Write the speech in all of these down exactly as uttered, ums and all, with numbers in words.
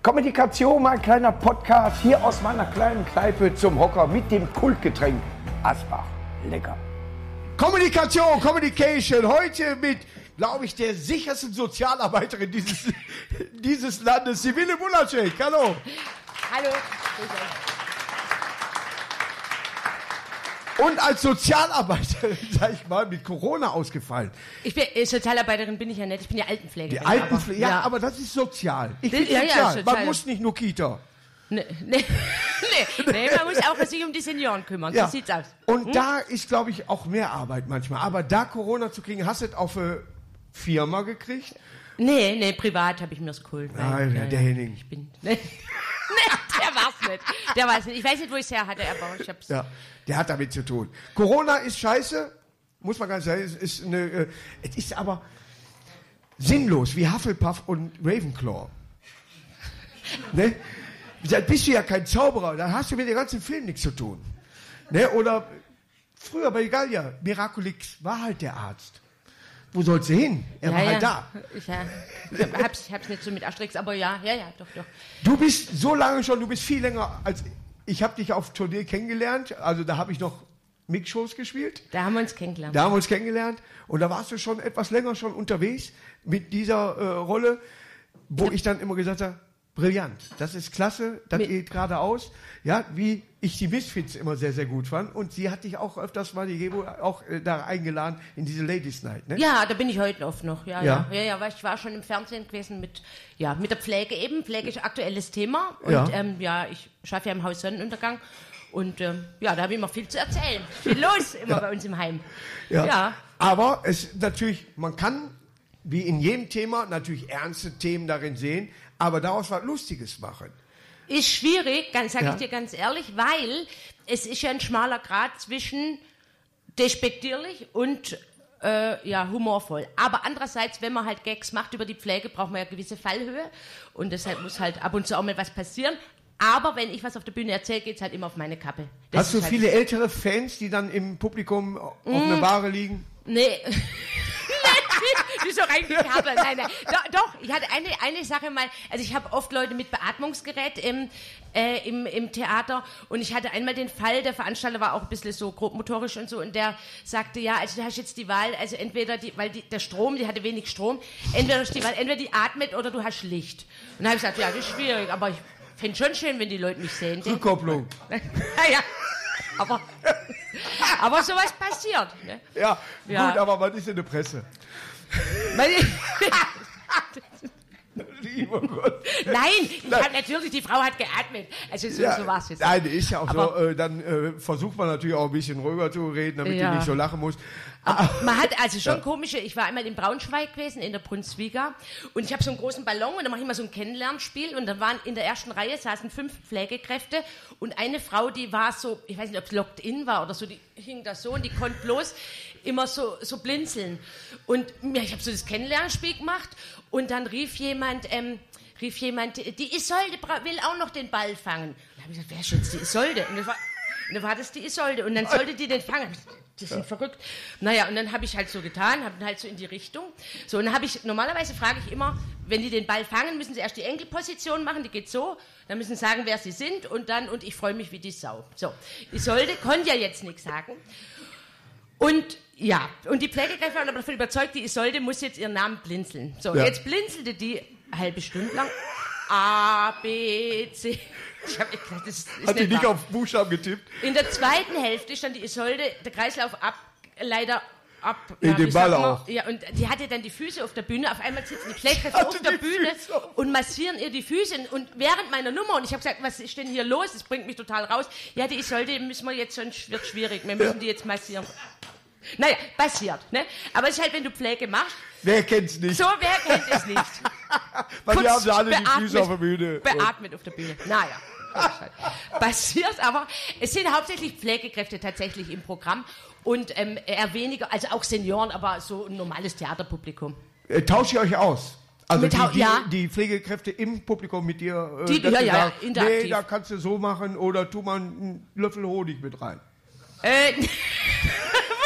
Kommunikation, mein kleiner Podcast, hier aus meiner kleinen Kneipe zum Hocker mit dem Kultgetränk Asbach. Lecker. Kommunikation, Communication, heute mit, glaube ich, der sichersten Sozialarbeiterin dieses, dieses Landes, Sibylle Bulacek. Hallo. Hallo. Und als Sozialarbeiterin, sag ich mal, mit Corona ausgefallen. Ich bin äh, Sozialarbeiterin, bin ich ja nicht. Ich bin ja Altenpflegerin. Die Altenpflege, ja, ja, aber das ist sozial. Ich Das- bin ja, ja, sozial. sozial. Man muss nicht nur Kita. Nee, nee, nee, nee, man muss auch sich um die Senioren kümmern. Ja. So sieht's aus. Und da ist, glaube ich, auch mehr Arbeit manchmal. Aber da Corona zu kriegen, hast du es auf eine Firma gekriegt? Nee, nee, privat habe ich mir's geholt. Ah, ja, der Henning. Ich bin, nee, nee, der war's nicht. Der war's nicht. Ich weiß nicht, wo ich's her hatte, aber ich hab's. Ja, der hat damit zu tun. Corona ist scheiße, muss man ganz sagen. Es ist, eine, äh, es ist aber sinnlos, wie Hufflepuff und Ravenclaw. Ne? Da bist du ja kein Zauberer, dann hast du mit dem ganzen Film nichts zu tun. Ne? Oder früher bei Gallia, Miraculix war halt der Arzt. Wo sollst du hin? Er ja, war ja. halt da. Ich, ja, ich hab's, ich hab's nicht so mit Asterix, aber ja, ja, ja, doch, doch. Du bist so lange schon, du bist viel länger als ich habe dich auf Tournee kennengelernt. Also da habe ich noch Mix-Shows gespielt. Da haben wir uns kennengelernt. Da haben wir uns kennengelernt. Und da warst du schon etwas länger schon unterwegs mit dieser äh, Rolle, wo ich dann immer gesagt habe, brillant, das ist klasse, das Mit- geht geradeaus. Ja, wie ich die Misfits immer sehr, sehr gut fand. Und sie hat dich auch öfters mal, die Gebo, auch äh, da eingeladen in diese Ladies Night. Ne? Ja, da bin ich heute oft noch. Ja, Ja. ja, ja, ja, weil ich war schon im Fernsehen gewesen mit, ja, mit der Pflege eben. Pflege ist aktuelles Thema. Und Ja. ja, ähm, ja ich schaffe ja im Haus Sonnenuntergang. Und ähm, ja, da habe ich immer viel zu erzählen. Viel los immer bei uns im Heim. Ja. Ja. Aber es natürlich, man kann, wie in jedem Thema, natürlich ernste Themen darin sehen, aber daraus was Lustiges machen. Ist schwierig, ganz sage Ja. ich dir ganz ehrlich, weil es ist ja ein schmaler Grad zwischen despektierlich und äh, ja, humorvoll. Aber andererseits, wenn man halt Gags macht über die Pflege, braucht man ja gewisse Fallhöhe und deshalb muss halt ab und zu auch mal was passieren. Aber wenn ich was auf der Bühne erzähle, geht es halt immer auf meine Kappe. Das Hast du ist halt viele ältere Fans, die dann im Publikum auf einer Bahre liegen? Nee. Die ist so reingekabelt. Nein, nein. Doch, doch, ich hatte eine, eine Sache mal, also ich habe oft Leute mit Beatmungsgerät im, äh, im, im Theater und ich hatte einmal den Fall, der Veranstalter war auch ein bisschen so grobmotorisch und so und der sagte, ja, also du hast jetzt die Wahl, also entweder, die, weil die, der Strom, die hatte wenig Strom, entweder hast du die Wahl, entweder die atmet oder du hast Licht. Und dann habe ich gesagt, ja, das ist schwierig, aber ich finde schon schön, wenn die Leute mich sehen. Rückkopplung. ja, aber, aber sowas passiert. Ne? Ja, Ja. gut, aber was ist in der Presse? Meine- Lieber Gott. Nein, ich habe natürlich, die Frau hat geatmet. Also so, Ja, so war es jetzt. nein, ist ja auch Aber- so, äh, dann äh, versucht man natürlich auch ein bisschen ruhiger zu reden, damit Ja. die nicht so lachen muss. Man hat also schon komische, ich war einmal in Braunschweig gewesen, in der Brunswiga, und ich habe so einen großen Ballon und dann mache ich mal so ein Kennenlernspiel und dann waren in der ersten Reihe saßen fünf Pflegekräfte und eine Frau, die war so, ich weiß nicht, ob es locked in war oder so, die hing da so und die konnte bloß immer so, so blinzeln. Und ja, ich habe so das Kennenlernspiel gemacht und dann rief jemand, ähm, rief jemand, die Isolde bra- will auch noch den Ball fangen. Und dann habe ich gesagt, wer ist jetzt die Isolde? Und das war, und dann war das die Isolde und dann sollte die den fangen. Die sind verrückt. Naja, und dann habe ich halt so getan, habe dann halt so in die Richtung. So, und dann habe ich, normalerweise frage ich immer, wenn die den Ball fangen, müssen sie erst die Enkelposition machen, die geht so, dann müssen sie sagen, wer sie sind und dann, und ich freue mich wie die Sau. So, Isolde konnte ja jetzt nichts sagen. Und ja, und die Pflegekräfte waren aber davon überzeugt, die Isolde muss jetzt ihren Namen blinzeln. So, Ja. jetzt blinzelte die eine halbe Stunde lang. A, B, C. Ich habe gedacht, das ist Hat die nicht nicht wahr. auf Buchstaben getippt? In der zweiten Hälfte stand die Isolde, der Kreislauf ab, leider ab. In ja, den wie Ball sagt man? auch. Ja, und die hatte dann die Füße auf der Bühne. Auf einmal sitzen die Pflegekräfte Hatte auf der die Bühne Füße auf. und massieren ihr die Füße. Und während meiner Nummer, und ich habe gesagt, was ist denn hier los? Das bringt mich total raus. Ja, die Isolde müssen wir jetzt, sonst wird schwierig. Wir müssen die jetzt massieren. Naja, passiert, ne? Aber es ist halt, wenn du Pflege machst, Wer kennt's nicht? so, wer kennt es nicht? Weil wir Kurz haben ja alle die beatmet- Füße auf der Bühne. Beatmet auf der Bühne. Naja. Passiert, aber es sind hauptsächlich Pflegekräfte tatsächlich im Programm und ähm, eher weniger, also auch Senioren, aber so ein normales Theaterpublikum. Äh, tauscht ihr euch aus? Also Mit die, Hau- die, ja. die Pflegekräfte im Publikum mit dir, äh, Die- dass ja, sie ja, sagen, interaktiv. nee, da kannst du so machen oder tu mal einen Löffel Honig mit rein. Äh,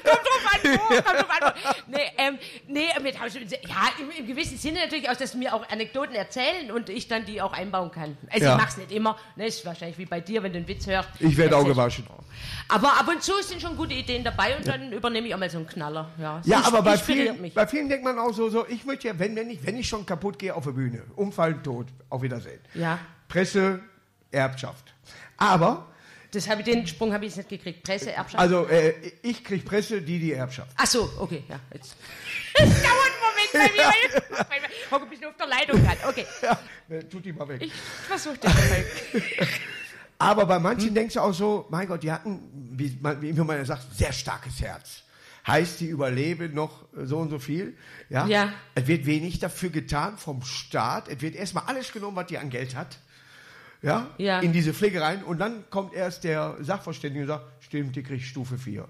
kommt drauf an, wo, kommt drauf an. Wo. Nee, ähm, nee, mit, ja, im, im gewissen Sinne natürlich auch, dass mir auch Anekdoten erzählen und ich dann die auch einbauen kann. Also Ja. ich mach's nicht immer, ne, ist wahrscheinlich wie bei dir, wenn du einen Witz hörst. Ich werde auch Erzähl- gewaschen. Aber ab und zu sind schon gute Ideen dabei und dann übernehme ich auch mal so einen Knaller. Ja, Ja, Ins- aber bei inspiriert vielen, mich. bei vielen denkt man auch so, so ich möchte ja, wenn, wenn, ich, wenn ich schon kaputt gehe auf der Bühne, umfallen, tot, auf Wiedersehen. Ja, Presse, Erbschaft. Aber, das habe ich, den Sprung habe ich jetzt nicht gekriegt. Presse, Erbschaft. also äh, ich krieg Presse, die die Erbschaft. Ach so, okay, ja. Jetzt. Es dauert einen Moment bei mir. Hocke ein bisschen auf der Leitung gerade. Okay, Ja, äh, tut die mal weg. ich versuche das mal. Aber bei manchen denkst du auch so, mein Gott, die hatten, wie man, wie man ja sagt, sehr starkes Herz. Heißt, die überleben noch so und so viel. Ja? Ja. Es wird wenig dafür getan vom Staat. Es wird erstmal alles genommen, was die an Geld hat. Ja? Ja. In diese Pflegereien. Und dann kommt erst der Sachverständige und sagt, stimmt, die kriegt Stufe vier.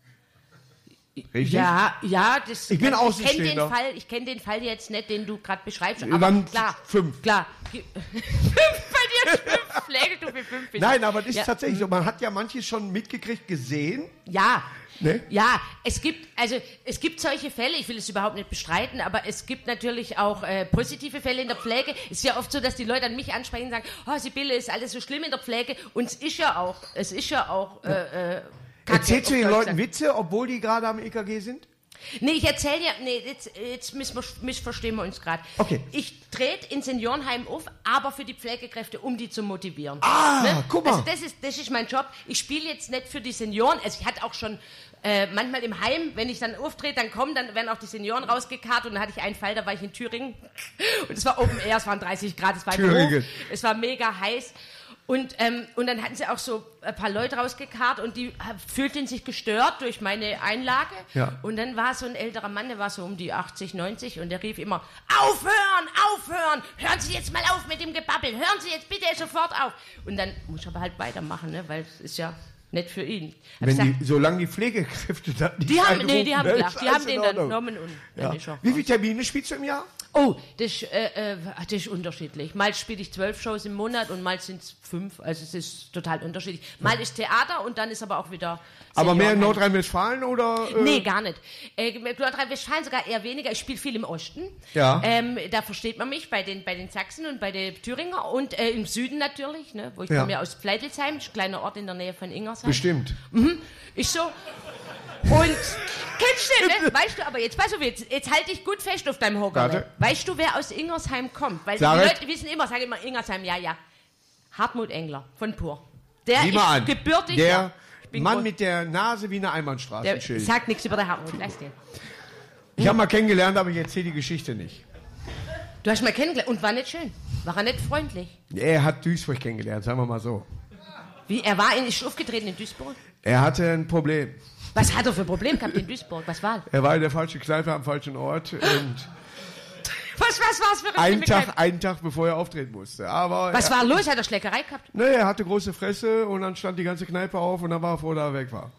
Richtig? Ja, ja, das, Ich bin also, ich kenne Außenstehender. den Fall, ich kenne den Fall jetzt nicht, den du gerade beschreibst, Wir aber waren klar, fünf. klar. Fünf bei dir, fünf, Pflegestufe fünf. bitte. Nein, aber das ist ja. tatsächlich so. Man hat ja manches schon mitgekriegt, gesehen. Ja. Ne? Ja, es gibt, also es gibt solche Fälle, ich will es überhaupt nicht bestreiten, aber es gibt natürlich auch äh, positive Fälle in der Pflege. Es ist ja oft so, dass die Leute an mich ansprechen und sagen, oh Sibylle, ist alles so schlimm in der Pflege. Und es ist ja auch, es ist ja auch äh, äh, Kacke, Erzählst du auf den Deutsch Leuten gesagt. Witze, obwohl die gerade am E K G sind? Nee, ich erzähle ja, nee, jetzt, jetzt miss, missverstehen wir uns gerade. Okay. Ich trete in Seniorenheim auf, aber für die Pflegekräfte, um die zu motivieren. Ah, guck mal. Also das ist, das ist mein Job. Ich spiele jetzt nicht für die Senioren, also ich hatte auch schon äh, manchmal im Heim, wenn ich dann auftrete, dann kommen, dann werden auch die Senioren rausgekarrt und dann hatte ich einen Fall, da war ich in Thüringen und es war Open Air, es waren dreißig Grad, es war im Thüringen. Beruf, es war mega heiß. Und, ähm, und dann hatten sie auch so ein paar Leute rausgekarrt und die äh, fühlten sich gestört durch meine Einlage. Ja. Und dann war so ein älterer Mann, der war so um die achtzig, neunzig und der rief immer, aufhören, aufhören, hören Sie jetzt mal auf mit dem Gebabbel, hören Sie jetzt bitte sofort auf. Und dann muss ich aber halt weitermachen, ne, weil es ist ja nicht für ihn. Hab Wenn gesagt, die, solange die Pflegekräfte das nicht die haben, einrufen, nee, die haben ne, gelacht, ist die haben alles in den dann Ordnung. genommen und Ja. dann ist er Wie viele Termine spielst du im Jahr? Oh, das, ist, äh, äh, das ist unterschiedlich. Mal spiele ich zwölf Shows im Monat und mal sind es fünf. Also es ist total unterschiedlich. Mal ist Theater und dann ist aber auch wieder Aber mehr in Seniorenheim. Nordrhein-Westfalen oder? Äh? Nee, gar nicht. Äh, Nordrhein-Westfalen sogar eher weniger. Ich spiele viel im Osten. Ja. Ähm, da versteht man mich bei den, bei den Sachsen und bei den Thüringer. Und äh, im Süden natürlich, ne, wo ich Ja. komme ja aus Pfleitelsheim, ein kleiner Ort in der Nähe von Ingersheim. Bestimmt. Ist so. Und kennst du den, ne? Weißt du, aber jetzt pass auf, jetzt, jetzt halte ich gut fest auf deinem Hocker. Warte. Ne? Weißt du, wer aus Ingersheim kommt? Weil Sag die es. Leute wissen immer, sagen immer Ingersheim, ja, ja. Hartmut Engler von Pur. Der Sieh ist mal an. gebürtig. Der ja. Ich bin Mann groß- mit der Nase wie eine Einbahnstraße. der sagt nichts über den Hartmut, lass den. Ich habe mal kennengelernt, aber ich erzähle die Geschichte nicht. Du hast mal kennengelernt und war nicht schön. War er nicht freundlich? Er hat Duisburg kennengelernt, sagen wir mal so. Wie, er war in, ist aufgetreten in Duisburg? Er hatte ein Problem. Was hat er für ein Problem gehabt in Duisburg? Was war? Er war in der falschen Kneipe am falschen Ort und Was, was war es für einen eine Tag, einen Tag bevor er auftreten musste. Aber Was er, war los? Hat er Schlägerei gehabt? Ne, er hatte große Fresse und dann stand die ganze Kneipe auf und dann war er froh, dass er weg war.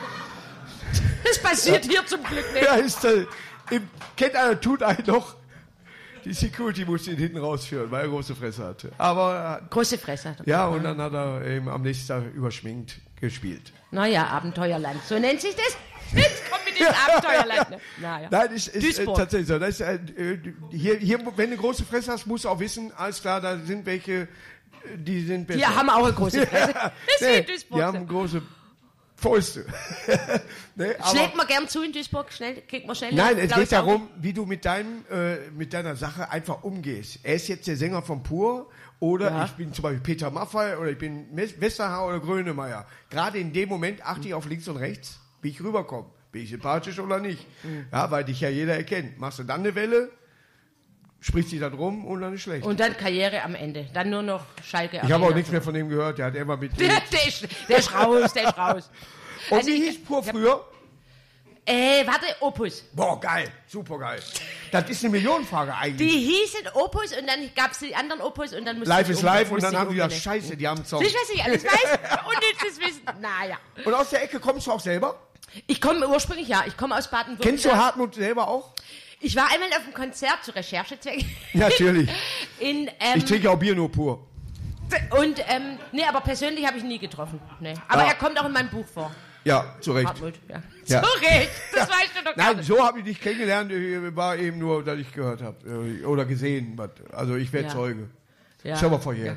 Das passiert hier zum Glück nicht. Ja, ist, äh, im, kennt einer, tut einen noch. Die Security musste ihn hinten rausführen, weil er große Fresse hatte. Aber Große Fresse hat er. äh, ja, und dann hat er eben am nächsten Tag überschminkt gespielt. Naja, Abenteuerland, so nennt sich das. Jetzt kommt mit ins Abenteuerland. Ne? Naja. Nein, ist, ist äh, Duisburg. tatsächlich so. Das ist, äh, hier, hier, wenn du große Fresse hast, musst du auch wissen, alles klar, da sind welche, äh, die sind besser. Wir haben auch eine große Fresse. Das ist wie Nee, in Duisburg. die haben große Fäuste. nee, aber, Schlägt man gern zu in Duisburg? Schnell, kriegt man schnell. nein, ein es blaues geht Auge? darum, wie du mit, deinem, äh, mit deiner Sache einfach umgehst. Er ist jetzt der Sänger von Pur oder Ja. ich bin zum Beispiel Peter Maffay oder ich bin Mes- Westerhauer oder Grönemeyer. Gerade in dem Moment achte ich auf links und rechts, wie ich rüberkomme. Bin ich sympathisch oder nicht? Mhm. Ja, weil dich ja jeder erkennt. Machst du dann eine Welle, sprichst dich dann rum und dann ist schlecht. Und dann Karriere am Ende. Dann nur noch Schalke. ich habe auch nichts mehr von dem gehört. Der hat immer mit. Der, der, ist, der ist raus, der ist raus. Und Also wie ich- hieß Pur ich hab- früher? Äh, warte, Opus. Boah, geil, super geil. Das ist eine Millionenfrage eigentlich. Die hießen Opus und dann gab es die anderen Opus und dann musste Live ich is um- live und musste dann ich haben die gesagt, umbenennen. scheiße, die haben einen Song. Siehst du, was ich alles weiß? Unnützes Wissen. Naja. Und aus der Ecke kommst du auch selber? Ich komme ursprünglich, ja, ich komme aus Baden-Württemberg. Kennst du Hartmut selber auch? Ich war einmal auf einem Konzert zu Recherchezwecken. Natürlich. In, ähm, Ich trinke auch Bier nur pur. und, ähm, nee, aber persönlich habe ich ihn nie getroffen. Nee. Aber Ah. er kommt auch in meinem Buch vor. Ja, zu Recht. Hartmut, ja. Ja. Zu Recht, das weißt du doch gar Nein, nicht. so habe ich dich kennengelernt, äh, war eben nur, dass ich gehört habe äh, oder gesehen. Also ich werde Ja. Zeuge. Ja. Ist aber verjährt.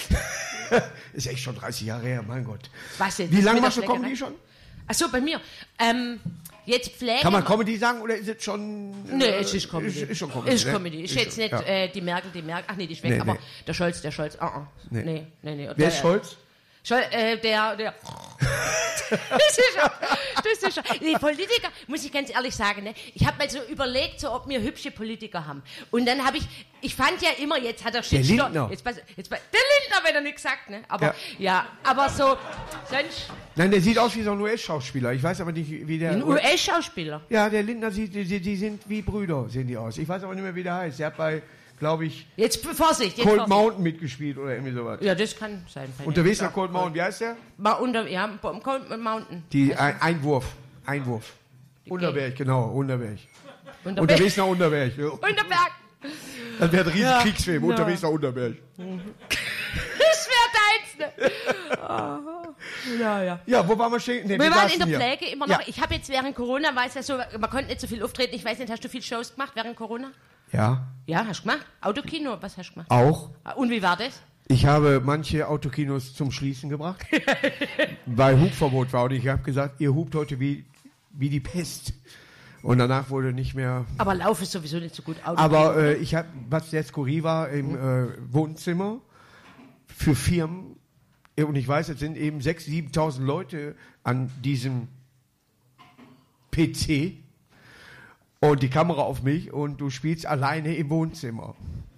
Ist echt schon dreißig Jahre her, mein Gott. Was jetzt? Wie Das lange mit der machst du Schlägerei? Comedy schon? Achso, bei mir. Ähm, jetzt Pflege. Kann man Comedy sagen oder ist es schon... Nee, äh, es ist Comedy. Ist, ist schon Comedy. Ist ne? Comedy. Ist jetzt schon, nicht ja. äh, die Merkel, die Merkel. Ach nee, die ist weg. Nee, aber nee. der Scholz, der Scholz. Ah, ah. Nee. Nee, nee, nee. Wer Der- ist Scholz? Schol äh, der, der. Das ist ja, das ist ja. Die Politiker, muss ich ganz ehrlich sagen, ne? Ich habe mal so überlegt, so, ob wir hübsche Politiker haben. Und dann habe ich, ich fand ja immer, jetzt hat er Shitstorm. Lindner. Jetzt, pass, jetzt, pass, der Lindner, wenn er nichts sagt, ne? Aber, ja. Ja. aber so, sonst, Nein, der sieht aus wie so ein U S-Schauspieler. Ich weiß aber nicht, wie der... ein U S-Schauspieler. Ja, der Lindner sieht, die, die sind wie Brüder, sehen die aus. Ich weiß aber nicht mehr, wie der heißt. Der hat bei, glaube ich, Jetzt Vorsicht, jetzt Cold Vorsicht. Mountain mitgespielt oder irgendwie sowas. Ja, das kann sein. Unterwegs nach Cold Mountain, wie heißt der? Mal unter, ja, Cold Mountain. Die ein, Einwurf. Einwurf. Unterberg, genau, Unterberg. Unterberg. Unterwegs nach Unterberg. Ja. Unterberg. Das wäre ein riesen Ja. Kriegsfilm. Ja. Unterwegs nach Unterberg. Das wäre deins, ne? Ja, ja. Ja, wo waren wir stehen? Nee, Wir waren saßen in der hier. Pflege immer noch. Ja. Ich habe jetzt während Corona, weiß ja so, man konnte nicht so viel auftreten. Ich weiß nicht, hast du viel Shows gemacht während Corona? Ja, Ja, hast du gemacht? Autokino, was hast du gemacht? auch. Und wie war das? Ich habe manche Autokinos zum Schließen gebracht, weil Hubverbot war. Und ich habe gesagt, ihr hupt heute wie, wie die Pest. Und danach wurde nicht mehr... Aber Lauf ist sowieso nicht so gut. Autokino. Aber äh, ich habe, was sehr skurril war, im äh, Wohnzimmer für Firmen, äh, und ich weiß, es sind eben sechstausend, siebentausend Leute an diesem P C und die Kamera auf mich und du spielst alleine im Wohnzimmer.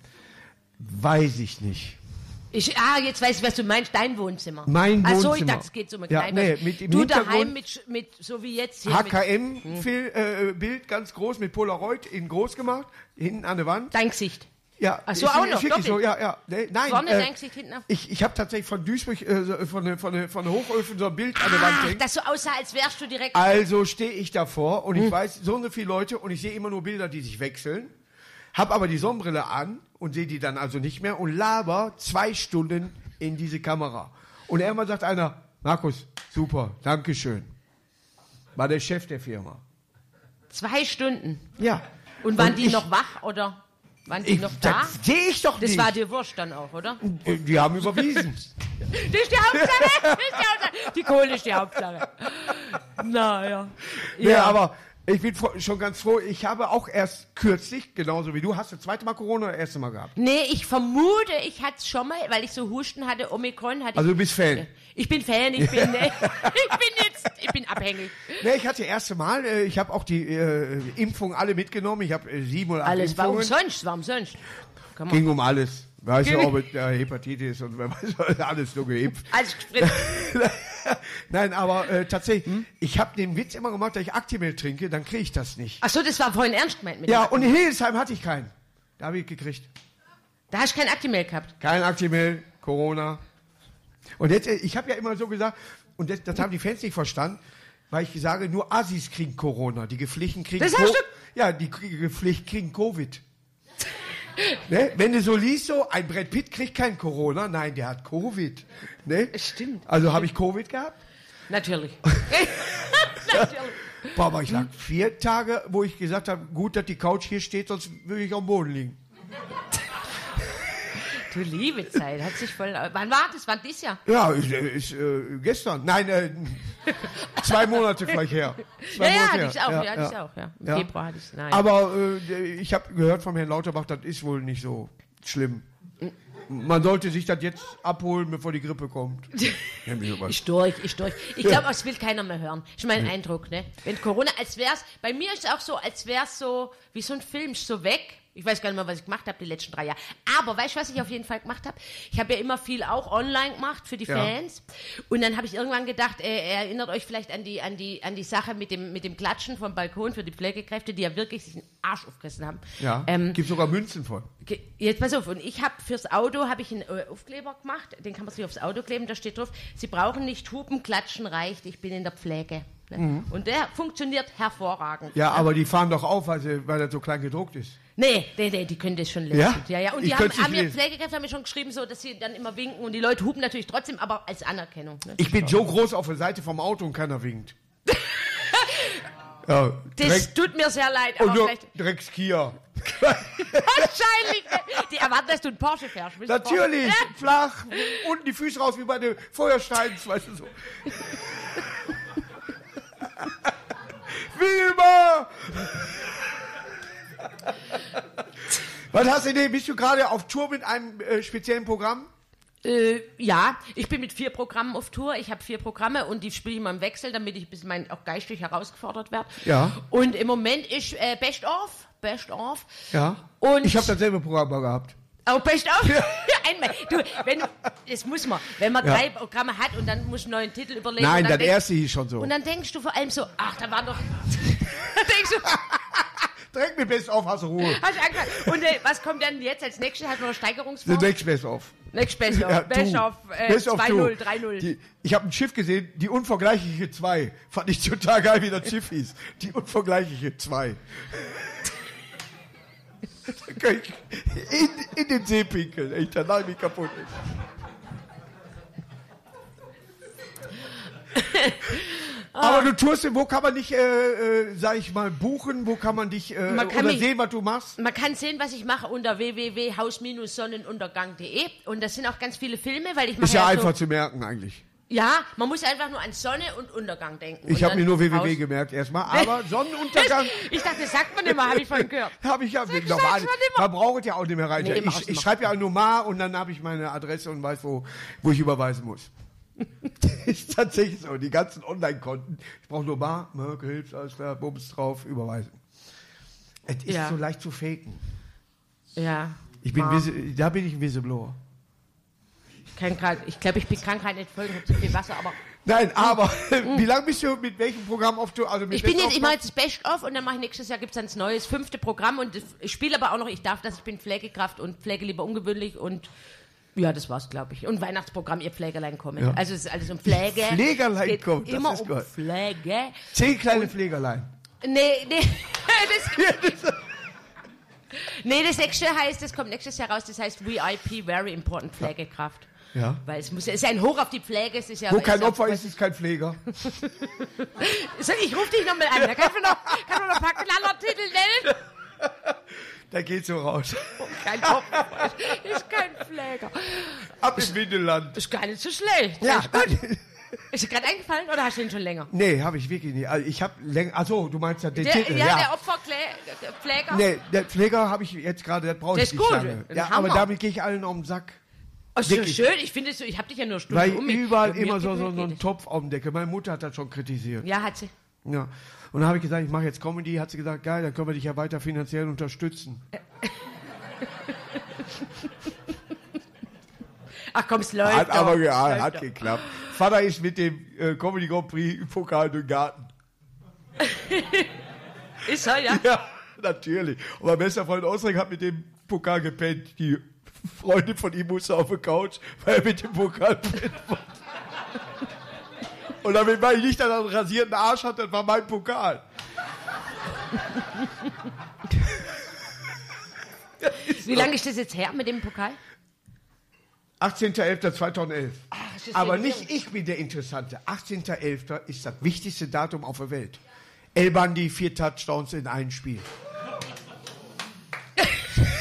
Weiß ich nicht. Ich, ah, jetzt weiß ich, was du meinst, dein Wohnzimmer. Mein Ach so, ich Wohnzimmer. dachte, es geht so um Ja, Kneipe. nee, mit im Du Hintergrund- daheim mit, mit, so wie jetzt hier. H Mit K M-Bild ganz groß mit Polaroid in groß gemacht, hinten an der Wand. dein Gesicht. Ja, Ach so, ist- auch ist noch, wirklich so, doppelt. ja, ja. Nee, nein, Vorne äh, dein Gesicht, hinten auf. Ich, ich habe tatsächlich von Duisburg, äh, so- von, der- von, der- von der Hochöfen so ein Bild an der Wand Ach, hängen. das so aussah, als wärst du direkt... Also stehe ich davor und Hm. ich weiß, so eine viele Leute und ich sehe immer nur Bilder, die sich wechseln, habe aber die Sonnenbrille an und sehe die dann also nicht mehr und laber zwei Stunden in diese Kamera. Und irgendwann sagt einer, Markus, super, Dankeschön. War der Chef der Firma. Zwei Stunden. Ja. Und waren Und die ich- noch wach, oder waren die Ich, noch da? das sehe ich doch Das nicht. war dir wurscht dann auch, oder? Äh, Die haben überwiesen. Das ist die Hauptsache. Das ist die Hauptsache. Die Kohle ist die Hauptsache. Naja. Ja, aber ich bin froh, schon ganz froh. Ich habe auch erst kürzlich, genauso wie du, hast du das zweite Mal Corona oder das erste Mal gehabt? Nee, ich vermute, ich hatte es schon mal, weil ich so Husten hatte, Omikron hatte Also ich. du bist Fan. Ich bin Fan, ich bin, äh, ich bin jetzt, ich bin abhängig. Nee, ich hatte das erste Mal, äh, ich habe auch die äh, Impfungen alle mitgenommen. Ich habe äh, sieben oder acht Alles war Impfungen. umsonst, war umsonst. Kann man Ging um alles. Weißt du, Ging- ob es äh, Hepatitis und wer weiß, was, alles nur geimpft. alles gespritzt. Nein, aber äh, tatsächlich, ich habe den Witz immer gemacht, dass ich Actimel trinke, dann kriege ich das nicht. Ach so, das war vorhin ernst gemeint mit Ja, dem und in Hildesheim hatte ich keinen. Da habe ich gekriegt. Da hast du kein Actimel gehabt. Kein Actimel, Corona. Und jetzt, äh, ich habe ja immer so gesagt, und das, das haben die Fans nicht verstanden, weil ich sage, nur Assis kriegen Corona, die Gepflichten kriegen Das hast du- Ja, die kriegen- Gepflichten kriegen Covid. Ne? Wenn du so liest, so, ein Brad Pitt kriegt kein Corona, nein, der hat Covid. Ne? Stimmt. Also habe ich Covid gehabt? Natürlich. Natürlich. Boah, aber ich lag vier Tage, wo ich gesagt habe, gut, dass die Couch hier steht, sonst würde ich am Boden liegen. Du liebe Zeit, hat sich voll. Wann war das? Wann dies Jahr? Ja, ist, ist äh, gestern. Nein, äh, zwei Monate vielleicht her. Zwei Ja, ja, Monate hatte her. ich auch, ja, hatte ich auch, ja. Im Ja. Februar hatte ich es. Nein. Aber äh, ich habe gehört vom Herrn Lauterbach, das ist wohl nicht so schlimm. Man sollte sich das jetzt abholen, bevor die Grippe kommt. Irgendwie sowas. Ich durch, ich durch. Ich glaube, es will keiner mehr hören. Ist mein Eindruck, ne? Wenn Corona, als wär's, bei mir ist es auch so, als wär's so, wie so ein Film, ist so weg. Ich weiß gar nicht mehr, was ich gemacht habe die letzten drei Jahre. Aber weißt du, was ich auf jeden Fall gemacht habe? Ich habe ja immer viel auch online gemacht für die Ja. Fans. Und dann habe ich irgendwann gedacht, äh, erinnert euch vielleicht an die, an die, an die Sache mit dem, mit dem Klatschen vom Balkon für die Pflegekräfte, die ja wirklich sich den Arsch aufgerissen haben. Ja, Ähm, gibt sogar Münzen von. Ge- Jetzt pass auf, und ich habe fürs Auto habe ich einen äh, Aufkleber gemacht, den kann man sich aufs Auto kleben, da steht drauf, Sie brauchen nicht hupen, klatschen reicht, ich bin in der Pflege. Ne? Mhm. Und der funktioniert hervorragend. Ja, aber die fahren doch auf, weil, sie, weil das so klein gedruckt ist. Nee, nee, nee, die können das schon lesen. Ja? Ja, ja. Und Ich die haben, könnte haben nicht mir lesen. Pflegekräfte haben mir schon geschrieben, so, dass sie dann immer winken und die Leute hupen natürlich trotzdem, aber als Anerkennung. Ne? Ich bin so groß auf der Seite vom Auto und keiner winkt. Ja, Das Dreck, tut mir sehr leid, aber und nur vielleicht... Dreckskia. Wahrscheinlich. Die erwarten, dass du einen Porsche fährst. Willst du Natürlich, Porsche? flach, unten die Füße raus wie bei den Feuersteins, weißt du so. Wie immer! Was hast du denn? Bist du gerade auf Tour mit einem äh, speziellen Programm? Äh, ja, ich bin mit vier Programmen auf Tour. Ich habe vier Programme und die spiele ich immer im Wechsel, damit ich ein bisschen mein, auch geistig herausgefordert werde. Ja. Und im Moment ist äh, Best of. Best of. Ja. Und Ich habe dasselbe Programm mal gehabt. Oh, Best of? Ja. Einmal. Du, wenn du, das muss man. Wenn man Ja. drei Programme hat und dann muss einen neuen Titel überlegen. Nein, und dann das denk- erste hieß schon so. Und dann denkst du vor allem so, ach, da war doch... dann denkst du... Direkt mit Best of, hast du Ruhe. Hast du angefangen. Und äh, was kommt dann jetzt als nächstes? Hat noch eine The Steigerungsform? next Best of. Next Best of. Ja, Best du. of äh, Best of zwei du. null, drei null. Die, ich habe ein Schiff gesehen, die unvergleichliche zwei. Fand ich total geil, wie das Schiff hieß. Die unvergleichliche zwei. Da kann ich in, in den See pinkeln. Echt, dann lache ich mich kaputt. Aber du tust, wo kann man dich, äh, äh, sag ich mal, buchen? Wo kann man dich äh, Man kann oder mich- sehen, was du machst? Man kann sehen, was ich mache unter w w w punkt haus sonnenuntergang punkt de und das sind auch ganz viele Filme, weil ich mache Ist ja so, einfach zu merken eigentlich. ja, man muss einfach nur an Sonne und Untergang denken. Ich Und habe dann mir nur www Haus- gemerkt erstmal, aber Sonnenuntergang Ich dachte, das sagt man immer, habe ich vorhin gehört. habe ich ja Sag- normal. sag's mal immer. Man braucht ja auch nicht mehr rein. Nee, mach's ich ich mal. schreibe ja nur mal und dann habe ich meine Adresse und weiß, wo, wo ich überweisen muss. Ist tatsächlich so. Die ganzen Online-Konten. Ich brauche nur mal, Merkel, Hilfs, alles klar, Bums drauf, überweisen. Es ist Ja. so leicht zu faken. Ja. Ich bin Ah. Wisi- da bin ich ein Whistleblower. Ich kann grad, ich glaube, ich bin krank, kann nicht folgen, habe zu viel Wasser, aber Nein, aber wie lange bist du mit welchem Programm auf Tour? Also mit ich bin Best jetzt, of ich mache noch? jetzt das Best of und dann mache ich nächstes Jahr gibt's dann das neues fünfte Programm und das- ich spiele aber auch noch, ich darf das, ich bin Pflegekraft und Pflege lieber ungewöhnlich und ja, das war's, glaube ich. Und Weihnachtsprogramm, ihr Pflegerlein kommen. Ja. Also es ist alles um Pflege. Pflegerlein Es geht kommt, das immer ist um geil. Pflege. Zehn kleine Pflegerlein. Nee, nee, das, nee, das nächste heißt, das kommt nächstes Jahr raus, das heißt V I P, Very Important Pflegekraft. Ja. Weil es muss, es ist ja ein Hoch auf die Pflege, es ist ja... Wo es kein ja- Opfer ist, ist kein Pfleger. So, ich rufe dich nochmal an, da kannst du noch, kannst du noch ein paar Knallertitel nennen? Da geht so raus. Kein Opfer, ist kein Pfleger. Ab ins Windeland. Ist gar nicht so schlecht. Ja, Ist gut. Ist dir gerade eingefallen oder hast du den schon länger? Nee, habe ich wirklich nicht. Also ich habe länger. Achso, du meinst ja den Der, Titel. ja, Ja, der Opferpfleger. Nee, der Pfleger habe ich jetzt gerade, das brauche Der ich ist nicht gut, lange. ein Ja, Hammer. aber damit gehe ich allen auf den Sack. Oh, ist so wirklich. schön, ich finde es so, ich habe dich ja nur Stunden Weil um mich. überall Mir immer so, geht- so, mir so geht ein es. Topf auf dem Deckel. Meine Mutter hat das schon kritisiert. Ja, hat sie. Ja. Und dann habe ich gesagt, ich mache jetzt Comedy. Hat sie gesagt, geil, dann können wir dich ja weiter finanziell unterstützen. Ach komm, es läuft Hat doch. aber Es ja, läuft hat doch. geklappt. Vater ist mit dem äh, Comedy Grand Prix im Pokal durch den Garten. Ist er, ja? Ja, natürlich. Und mein bester Freund Osring hat mit dem Pokal gepennt. Die Freundin von ihm musste auf der Couch, weil er mit dem Pokal pennt wollte. Und damit weil ich nicht einen rasierten Arsch hatte, das war mein Pokal. Wie lange ist das jetzt her mit dem Pokal? achtzehnter elfter zweitausendelf. das ist Aber ja nicht ich bin der Interessante. achtzehnter elfter ist das wichtigste Datum auf der Welt. El Bandi, vier Touchdowns in einem Spiel. das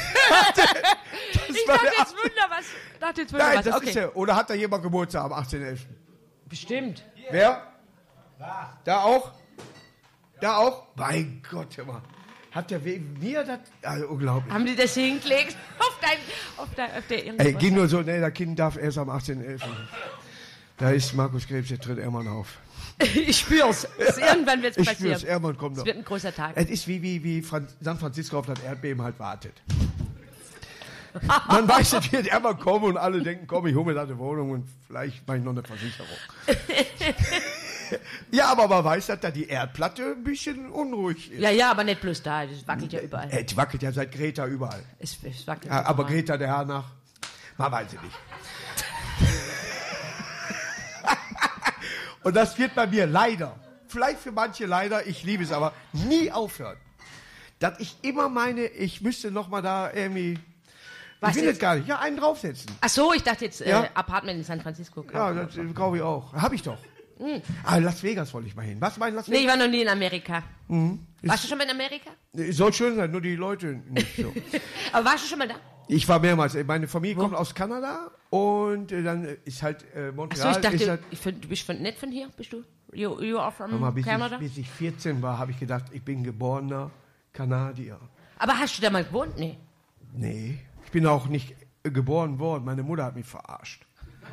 Ich war dachte der jetzt Wunder, was. Dachte jetzt Wunder, Nein, was. das Okay. ist ja. Oder hat da jemand Geburtstag am achtzehnten elften? Bestimmt. Wer? Da. Da auch? Da auch? Mein Gott, hör mal. Hat der wegen mir das. Also unglaublich. Haben die das hingelegt? Auf dein. Auf dein. Auf der Ey, irgendwas? ging nur so, nee, das Kind darf erst am achtzehnten elften Da ist Markus Krebs, der tritt irgendwann auf. Ich spür's. Es- Irgendwann wird's Ich passieren. spür's, irgendwann kommt Es noch. wird ein großer Tag. Es ist wie, wie, wie Fran San Francisco auf das Erdbeben halt wartet. Man weiß, es wird irgendwann kommen und alle denken, komm, ich hole mir da eine Wohnung und vielleicht mache ich noch eine Versicherung. Ja, aber man weiß, dass da die Erdplatte ein bisschen unruhig ist. Ja, ja, aber nicht bloß da. Das wackelt ja überall. Es wackelt ja seit Greta überall. Es, es wackelt Ja, aber überall. Greta der Herr nach, man weiß es nicht. Und das wird bei mir leider vielleicht für manche leider, ich liebe es aber, nie aufhören. Dass ich immer meine, ich müsste noch mal da irgendwie... Was ich will jetzt? jetzt gar nicht. Ja, einen draufsetzen. Ach so, ich dachte jetzt Ja. äh, Apartment in San Francisco. Ja, das äh, glaube ich auch. Hab ich doch. Mhm. Ah, Las Vegas wollte ich mal hin. Was meinst du, Las Nee, ich Vegas? war noch nie in Amerika. Mhm. Warst du schon mal in Amerika? Nee, soll schön sein, nur die Leute nicht so. Aber warst du schon mal da? Ich war mehrmals. Meine Familie kommt aus Kanada und äh, dann ist halt äh, Montreal. Achso, ich dachte, ist halt, ich find, du bist von, nicht von hier, bist du? You, you are from mal, bis, Canada? ich, bis ich vierzehn war, habe ich gedacht, ich bin geborener Kanadier. Aber hast du da mal gewohnt? Nee. Nee, ich bin auch nicht äh, geboren worden. Meine Mutter hat mich verarscht.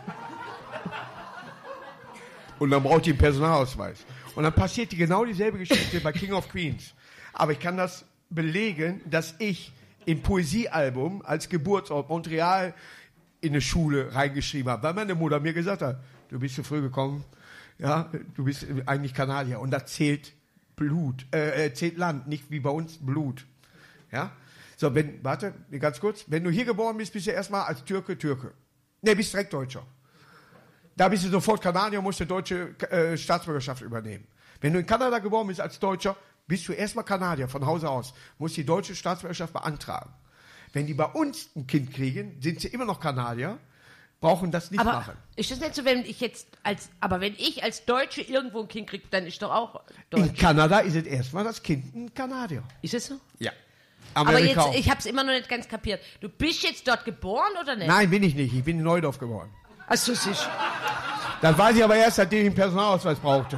Und dann braucht die einen Personalausweis. Und dann passiert die genau dieselbe Geschichte bei King of Queens. Aber ich kann das belegen, dass ich im Poesiealbum als Geburtsort Montreal in eine Schule reingeschrieben habe, weil meine Mutter mir gesagt hat, du bist zu früh gekommen, ja, du bist eigentlich Kanadier. Und da zählt Blut, äh, zählt Land, nicht wie bei uns Blut. Ja? So, wenn, warte, ganz kurz, wenn du hier geboren bist, bist du erstmal als Türke Türke. Ne, bist direkt Deutscher. Da bist du sofort Kanadier und musst die deutsche äh, Staatsbürgerschaft übernehmen. Wenn du in Kanada geboren bist als Deutscher, bist du erstmal Kanadier von Hause aus, musst die deutsche Staatsbürgerschaft beantragen. Wenn die bei uns ein Kind kriegen, sind sie immer noch Kanadier, brauchen das nicht Aber machen. ist das nicht so, wenn ich jetzt als, aber wenn ich als Deutsche irgendwo ein Kind kriege, dann ist doch auch In Deutsch. Kanada ist es erstmal das Kind ein Kanadier. Ist es so? Ja. Aber jetzt, ich habe es immer noch nicht ganz kapiert. Du bist jetzt dort geboren oder nicht? Nein, bin ich nicht. Ich bin in Neudorf geboren. Ach so, sicher. Das weiß ich aber erst, seitdem ich einen Personalausweis brauchte.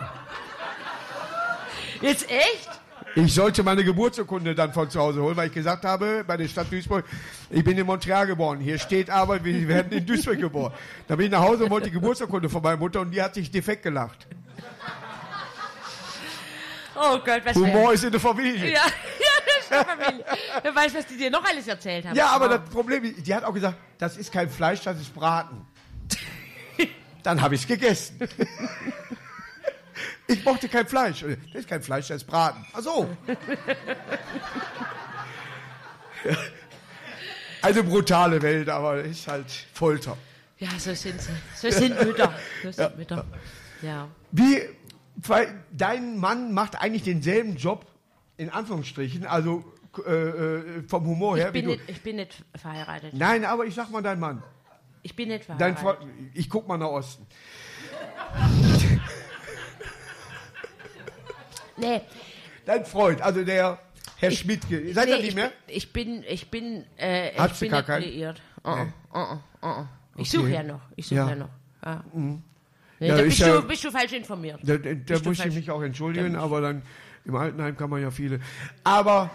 Jetzt echt? Ich sollte meine Geburtsurkunde dann von zu Hause holen, weil ich gesagt habe, bei der Stadt Duisburg, ich bin in Montreal geboren. Hier steht aber, wir werden in Duisburg geboren. Da bin ich nach Hause und wollte die Geburtsurkunde von meiner Mutter und die hat sich defekt gelacht. Oh Gott, was Humor für... ist in der Familie. Ja, ja, das ist eine Familie. Wer weiß, was die dir noch alles erzählt haben. Ja, aber Oh. das Problem ist, die hat auch gesagt, das ist kein Fleisch, das ist Braten. Dann habe ich es gegessen. Ich mochte kein Fleisch. Das ist kein Fleisch, das ist Braten. Ach so. Also brutale Welt, aber ist halt Folter. Ja, so sind sie. So sind Mütter. So sind Ja. Mütter. Ja. Wie, weil dein Mann macht eigentlich denselben Job, in Anführungsstrichen, also äh, äh, vom Humor her. Ich bin, wie nicht, du. ich bin nicht verheiratet. Nein, aber ich sag mal dein Mann. Ich bin nicht Dein verheiratet. Freund, ich guck mal nach Osten. Nee. Dein Freund, also der Herr Schmidt. Seid nee, ihr nicht ich, mehr? Ich bin, ich bin, äh, ich Hast du bin gar nicht keinen? liiert. Uh Nee. -uh, uh -uh, uh Ich Okay. suche ja noch. Ich suche Ja. ja. noch. Ja. Nee, Ja, da ist bist, ja- du, bist du falsch informiert. Da, da, da Bist du muss ich falsch? mich auch entschuldigen, Da- aber dann im Altenheim kann man ja viele. Aber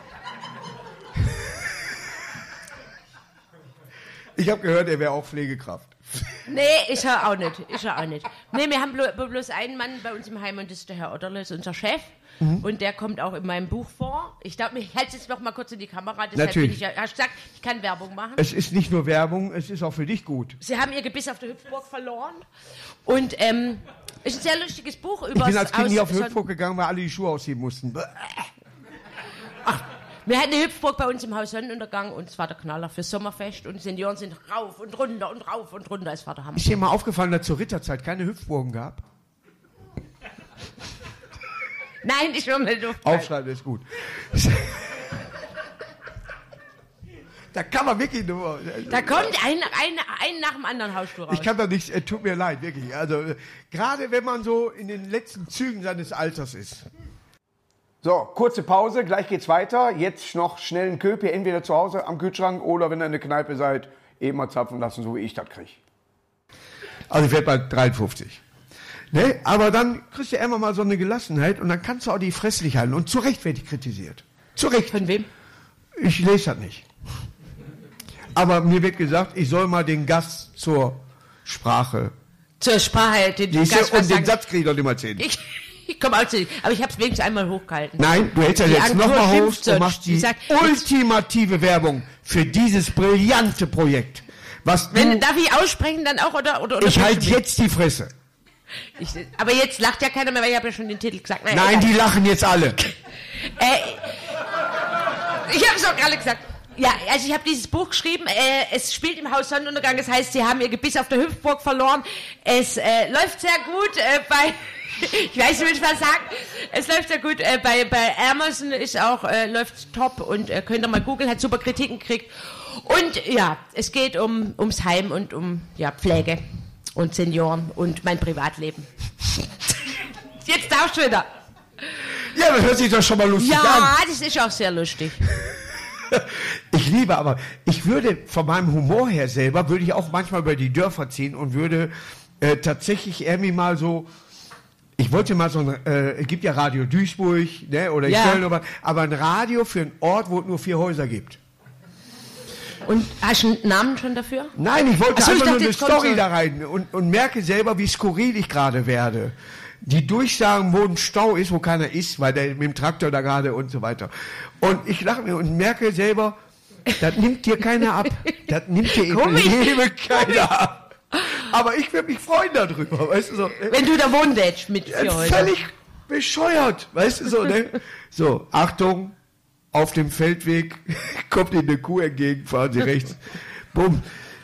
ich habe gehört, er wäre auch Pflegekraft. Nee, ist er auch nicht. Ist er auch nicht. Nee, wir haben blo bloß einen Mann bei uns im Heim und das ist der Herr Otterle, ist unser Chef. Mhm. Und der kommt auch in meinem Buch vor. Ich glaube, ich halte es jetzt noch mal kurz in die Kamera. Deshalb Natürlich. bin ich ja, hast du gesagt, ich kann Werbung machen. Es ist nicht nur Werbung, es ist auch für dich gut. Sie haben ihr Gebiss auf der Hüpfburg verloren. Und ähm, ist ein sehr lustiges Buch über Ich bin als Kind nie auf die Hüpfburg gegangen, weil alle die Schuhe ausziehen mussten. Wir hatten eine Hüpfburg bei uns im Haus Sonnenuntergang und es war der Knaller fürs Sommerfest und Senioren sind rauf und runter und rauf und runter. Es war der Hammer. Ist dir mal aufgefallen, dass zur Ritterzeit keine Hüpfburgen gab? Nein, ich will mir nicht aufgefallen. Aufschreiben ist gut. Da kann man wirklich nur. Da kommt ein, ein, ein nach dem anderen Hausstuhl raus. Ich kann da nichts, äh, tut mir leid, wirklich. Also, äh, gerade wenn man so in den letzten Zügen seines Alters ist. So, kurze Pause, gleich geht's weiter. Jetzt noch schnell einen Köpi, entweder zu Hause am Kühlschrank oder wenn ihr in der Kneipe seid, eben mal zapfen lassen, so wie ich das kriege. Also ich werde bald dreiundfünfzig. Ne? Aber dann kriegst du immer mal so eine Gelassenheit und dann kannst du auch die Fresse nicht halten. Und zu Recht werde ich kritisiert. Zu Recht. Von wem? Ich lese das nicht. Aber mir wird gesagt, ich soll mal den Gast zur Sprache. Zur Sprache. Den Siehste, Gast was und den sagen. Satz kriege ich doch nicht mal erzählen. Ich, ich komme auch zu dir. Aber ich habe es wenigstens einmal hochgehalten. Nein, du hältst ja Die jetzt Agentur nochmal hoch schimpft und so. machst die Die sagt, ultimative Werbung für dieses brillante Projekt. Was Wenn, du, darf ich aussprechen dann auch? Oder, oder, oder ich halte mich? jetzt die Fresse. Ich, aber jetzt lacht ja keiner mehr, weil ich habe ja schon den Titel gesagt. Naja, Nein, egal. die lachen jetzt alle. Äh, ich habe es auch gerade gesagt. Ja, also ich habe dieses Buch geschrieben, äh, es spielt im Haus Sonnenuntergang, das heißt, sie haben ihr Gebiss auf der Hüpfburg verloren. Es äh, läuft sehr gut äh, bei, ich weiß nicht, was sagen, es läuft sehr gut äh, bei, bei Amazon, ist auch, äh, läuft top und äh, könnt ihr mal googeln, hat super Kritiken gekriegt. Und ja, es geht um, ums Heim und um ja, Pflege und Senioren und mein Privatleben. Jetzt darfst du wieder. Ja, das hört sich doch schon mal lustig ja, an. Ja, das ist auch sehr lustig. Ich liebe aber, ich würde von meinem Humor her selber, würde ich auch manchmal über die Dörfer ziehen und würde äh, tatsächlich irgendwie mal so, ich wollte mal so ein, äh, es gibt ja Radio Duisburg, ne, oder ja. Köln, aber, aber ein Radio für einen Ort, wo es nur vier Häuser gibt. Und hast du einen Namen schon dafür? Nein, ich wollte so, einfach ich nur dachte, eine Story so da rein und, und merke selber, wie skurril ich gerade werde. Die durchsagen, wo ein Stau ist, wo keiner ist, weil der mit dem Traktor da gerade und so weiter. Und ich lache mir und merke selber, das nimmt dir keiner ab. Das nimmt dir im Leben keiner ab. Aber ich würde mich freuen darüber, weißt du so. Wenn du da wohnst mit vier Häusern. Völlig bescheuert, weißt du so, ne? So, Achtung, auf dem Feldweg kommt Ihnen eine Kuh entgegen, fahren Sie rechts. Bumm.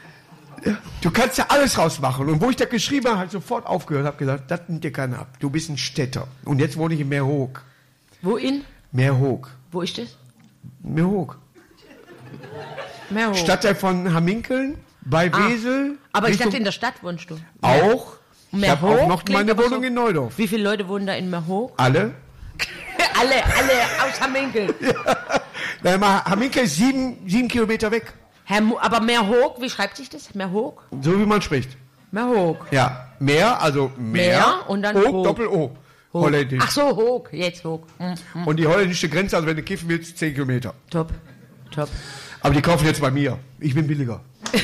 Du kannst ja alles rausmachen. Und wo ich das geschrieben habe, habe ich sofort aufgehört, habe gesagt, das nimmt dir keiner ab. Du bist ein Städter. Und jetzt wohne ich in Meerhoek. Wo in? Meerhoek. Wo ist das? Meerhoek. Meerhoek. Stadtteil von Hamminkeln, bei ah, Wesel. Aber ich dachte, in der Stadt wohnst du. Auch. Ich habe auch noch meine Wohnung so, in Neudorf. Wie viele Leute wohnen da in Meerhoek? Alle. alle, alle aus Hamminkeln. Ja. Nein, Hamminkel ist sieben, sieben Kilometer weg. Herr Mo- aber Meerhoek, wie schreibt sich das? Meerhoek? So wie man spricht. Meerhoek. Ja, Meer, also Meer, Meer und dann Hoek, Hoek. Doppel-O. Holländisch. Ach so, Hoek, jetzt Hoek. Mhm. Und die holländische Grenze, also wenn du kiffen willst, zehn Kilometer. Top, top. Aber die kaufen jetzt bei mir. Ich bin billiger.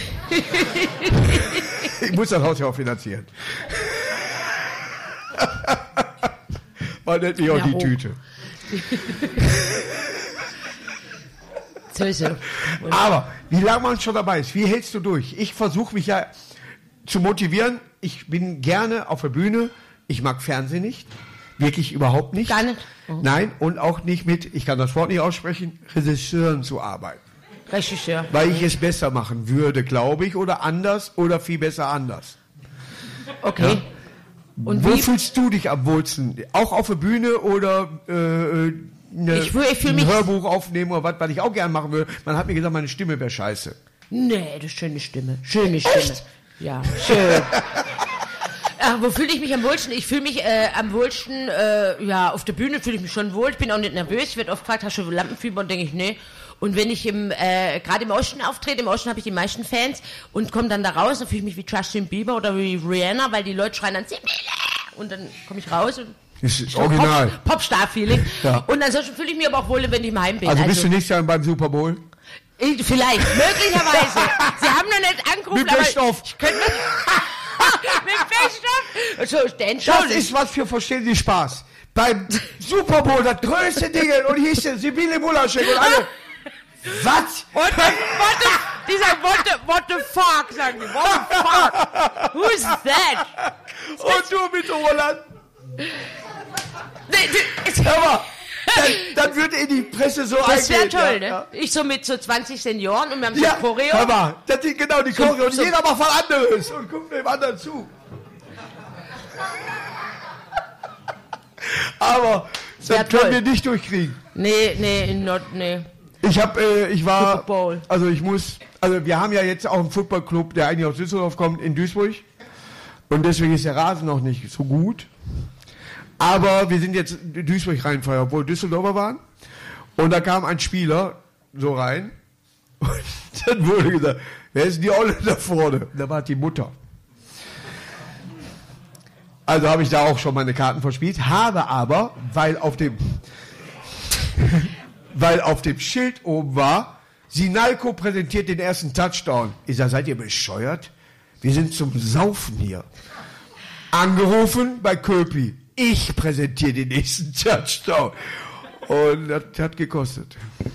Ich muss das Haus ja auch finanzieren. Man nennt mich auch ja, die Hoek. Tüte. So ist es. Aber wie lange man schon dabei ist, wie hältst du durch? Ich versuche mich ja zu motivieren. Ich bin gerne auf der Bühne. Ich mag Fernsehen nicht. Wirklich überhaupt nicht. Gar nicht? Oh. Nein, und auch nicht mit, ich kann das Wort nicht aussprechen, Regisseuren zu arbeiten. Regisseur. Weil ich es besser machen würde, glaube ich, oder anders oder viel besser anders. Okay. Ja? Und Wo wie? fühlst du dich am wohlsten? Auch auf der Bühne oder äh, eine, ich fühl, ich fühl ein mich Hörbuch aufnehmen oder was, was ich auch gerne machen würde. Man hat mir gesagt, meine Stimme wäre scheiße. Nee, das ist schöne Stimme. Schöne Stimme. Echt? Ja, schön. Ach, wo fühle ich mich am wohlsten? Ich fühle mich äh, am wohlsten, äh, ja, auf der Bühne fühle ich mich schon wohl. Ich bin auch nicht nervös. Ich werde oft gefragt, hast du Lampenfieber? Und denke ich, nee. Und wenn ich im, äh, gerade im Osten auftrete, im Osten habe ich die meisten Fans und komme dann da raus, dann fühle ich mich wie Justin Bieber oder wie Rihanna, weil die Leute schreien dann Sibylle! Und dann komme ich raus und das ist original. Pop, Popstar-Feeling. Ja. Und ansonsten fühle ich mich aber auch wohl, wenn ich im Heim bin. Also, also bist du nächstes Jahr beim Super Bowl? Ich, vielleicht, möglicherweise. Sie haben noch nicht angerufen, mit Beststoff. Ich könnte mit Beststoff. So, denn schon. Das ist was für verstehen Sie Spaß. Beim Super Bowl, das größte Ding, und hier ist der Sibylle Mulaschek und alle. Was? What the, what the, die sagen, what the, what the fuck, sagen die. What the fuck? Who's that? Und du bitte, Roland. Hör mal, dann, dann würde in die Presse so eingehen. Das wäre toll, ja, ne? Ja. Ich so mit so zwanzig Senioren und wir haben so ja, Choreo. Hör mal, das ist genau die Choreo. Und so, jeder macht was anderes und guckt dem anderen zu. Aber das können toll. wir nicht durchkriegen. Nee, nee, not, nee. Ich hab, äh, ich war, also ich muss, also wir haben ja jetzt auch einen Footballclub, der eigentlich aus Düsseldorf kommt, in Duisburg. Und deswegen ist der Rasen noch nicht so gut. Aber wir sind jetzt in Duisburg reinfeuert, obwohl Düsseldorfer waren. Und da kam ein Spieler so rein. Und dann wurde gesagt, wer ist denn die Olle da vorne? Und da war die Mutter. Also habe ich da auch schon meine Karten verspielt. Habe aber, weil auf dem, weil auf dem Schild oben war, Sinalco präsentiert den ersten Touchdown. Ich sage, seid ihr bescheuert? Wir sind zum Saufen hier. Angerufen bei Köpi. Ich präsentiere den nächsten Touchdown. Und das hat gekostet.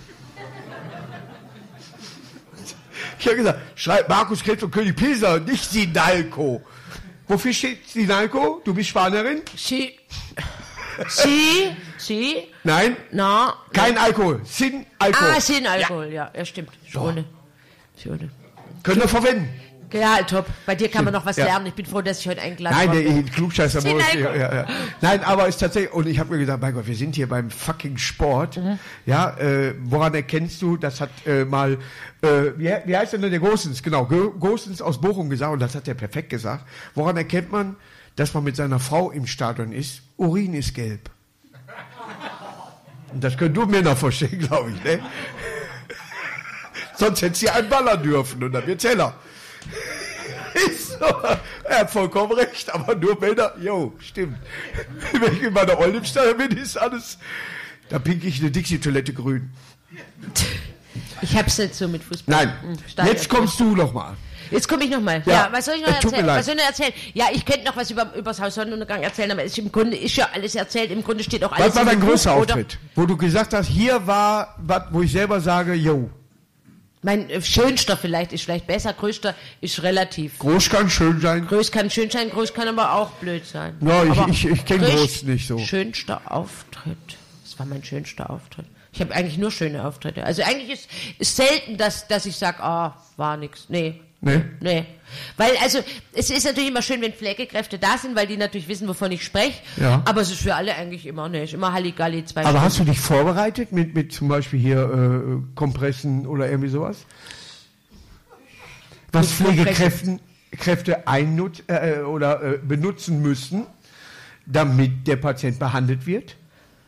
Ich habe gesagt, schreibt Markus Krebs und König Pilser, nicht Sinalco. Wofür steht Sinalco? Du bist Spanierin? Sie. Sie, Sie, Nein, na, kein Alkohol. Sin Alkohol. ah, Sin Alkohol, ja, ja, stimmt. Ist ohne. Ist ohne. Können wir verwenden. Ja, top. Bei dir kann man noch was Ja. lernen. Ich bin froh, dass ich heute eingeladen Nein, wurde. der Klugscheißer Sin muss. Alkohol. Ja, ja. Nein, aber ist tatsächlich, und ich habe mir gedacht, mein Gott, wir sind hier beim fucking Sport. Mhm. Ja, äh, woran erkennst du, das hat äh, mal, äh, wie, wie heißt denn der Gosens? Genau, Go- Gosens aus Bochum gesagt, und das hat er perfekt gesagt. Woran erkennt man, dass man mit seiner Frau im Stadion ist? Urin ist gelb. Und das könnt du mir noch verstehen, glaube ich, ne? Sonst hätte sie einen ballern dürfen und dann wird's heller. Ist so. Er hat vollkommen recht, aber nur Männer, jo, stimmt. Wenn ich in meiner Olle im Stadion bin, ist alles, da pinke ich eine Dixie-Toilette grün. Ich hab's nicht so mit Fußball. Nein, Hm, Stadion. jetzt kommst du noch mal. Jetzt komme ich nochmal. Ja. Ja. was soll ich noch Es tut mir erzählen? leid. Was soll ich noch erzählen? Ja, ich könnte noch was über, über das Haus Sonnenuntergang erzählen, aber es ist im Grunde ist ja alles erzählt. Im Grunde steht auch alles Was war in dein dem Buch, größter oder? Auftritt? Wo du gesagt hast, hier war was, wo ich selber sage, jo, Mein äh, schönster vielleicht ist vielleicht besser, größter ist relativ. groß kann schön sein. Groß kann schön sein, groß kann aber auch blöd sein. Ja, ich- Aber ich- ich kenn größ- groß nicht so. Schönster Auftritt. Das war mein schönster Auftritt. Ich habe eigentlich nur schöne Auftritte. Also eigentlich ist, ist selten, dass, dass ich sage, ah, war nix. Nee. Nee? Nee. Weil, also, es ist natürlich immer schön, wenn Pflegekräfte da sind, weil die natürlich wissen, wovon ich spreche. Ja. Aber es ist für alle eigentlich immer, ne, ist immer Halligalli, zwei Aber Stunden. hast du dich vorbereitet mit, mit zum Beispiel hier äh, Kompressen oder irgendwie sowas? Was Mit Pflegekräfte Kräfte einnut, äh, oder äh, benutzen müssen, damit der Patient behandelt wird?